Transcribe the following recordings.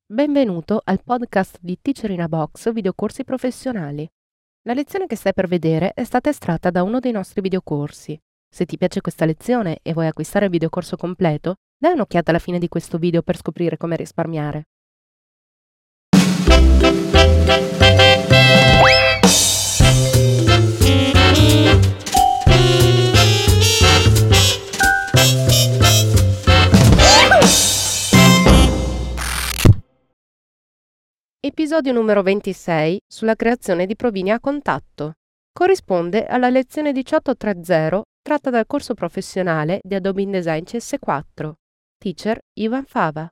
Benvenuto al podcast di Teacher in a Box videocorsi professionali. La lezione che stai per vedere è stata estratta da uno dei nostri videocorsi. Se ti piace questa lezione e vuoi acquistare il videocorso completo, dai un'occhiata alla fine di questo video per scoprire come risparmiare. Episodio numero 26 sulla creazione di provini a contatto. Corrisponde alla lezione 18.30 tratta dal corso professionale di Adobe InDesign CS4. Teacher Ivan Fava.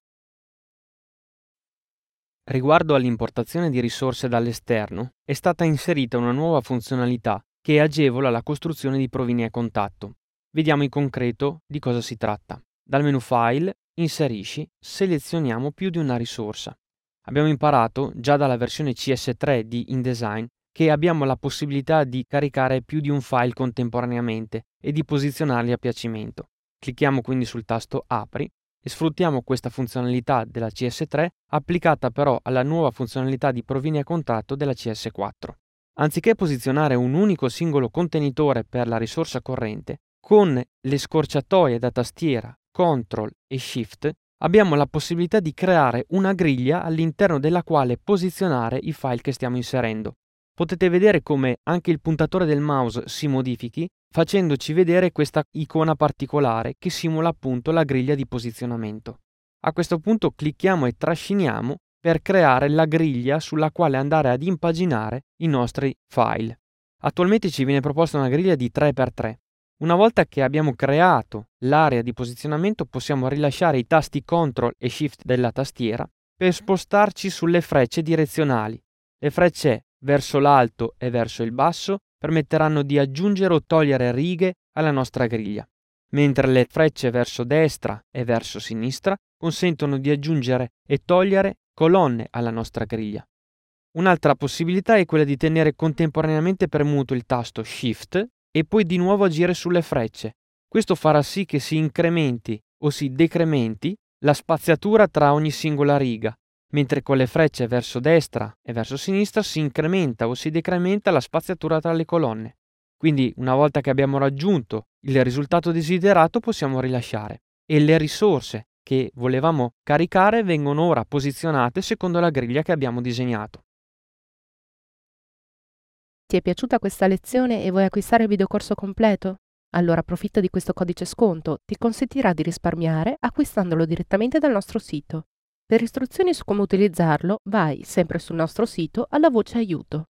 Riguardo all'importazione di risorse dall'esterno, è stata inserita una nuova funzionalità che agevola la costruzione di provini a contatto. Vediamo in concreto di cosa si tratta. Dal menu File, Inserisci, selezioniamo più di una risorsa. Abbiamo imparato, già dalla versione CS3 di InDesign, che abbiamo la possibilità di caricare più di un file contemporaneamente e di posizionarli a piacimento. Clicchiamo quindi sul tasto Apri e sfruttiamo questa funzionalità della CS3 applicata però alla nuova funzionalità di provini a contatto della CS4. Anziché posizionare un unico singolo contenitore per la risorsa corrente, con le scorciatoie da tastiera Ctrl e Shift abbiamo la possibilità di creare una griglia all'interno della quale posizionare i file che stiamo inserendo. Potete vedere come anche il puntatore del mouse si modifichi facendoci vedere questa icona particolare che simula appunto la griglia di posizionamento. A questo punto clicchiamo e trasciniamo per creare la griglia sulla quale andare ad impaginare i nostri file. Attualmente ci viene proposta una griglia di 3x3. Una volta che abbiamo creato l'area di posizionamento possiamo rilasciare i tasti Ctrl e Shift della tastiera per spostarci sulle frecce direzionali. Le frecce verso l'alto e verso il basso permetteranno di aggiungere o togliere righe alla nostra griglia, mentre le frecce verso destra e verso sinistra consentono di aggiungere e togliere colonne alla nostra griglia. Un'altra possibilità è quella di tenere contemporaneamente premuto il tasto Shift e poi di nuovo agire sulle frecce. Questo farà sì che si incrementi o si decrementi la spaziatura tra ogni singola riga, mentre con le frecce verso destra e verso sinistra si incrementa o si decrementa la spaziatura tra le colonne. Quindi una volta che abbiamo raggiunto il risultato desiderato possiamo rilasciare e le risorse che volevamo caricare vengono ora posizionate secondo la griglia che abbiamo disegnato. Ti è piaciuta questa lezione e vuoi acquistare il videocorso completo? Allora approfitta di questo codice sconto, ti consentirà di risparmiare acquistandolo direttamente dal nostro sito. Per istruzioni su come utilizzarlo, vai sempre sul nostro sito alla voce aiuto.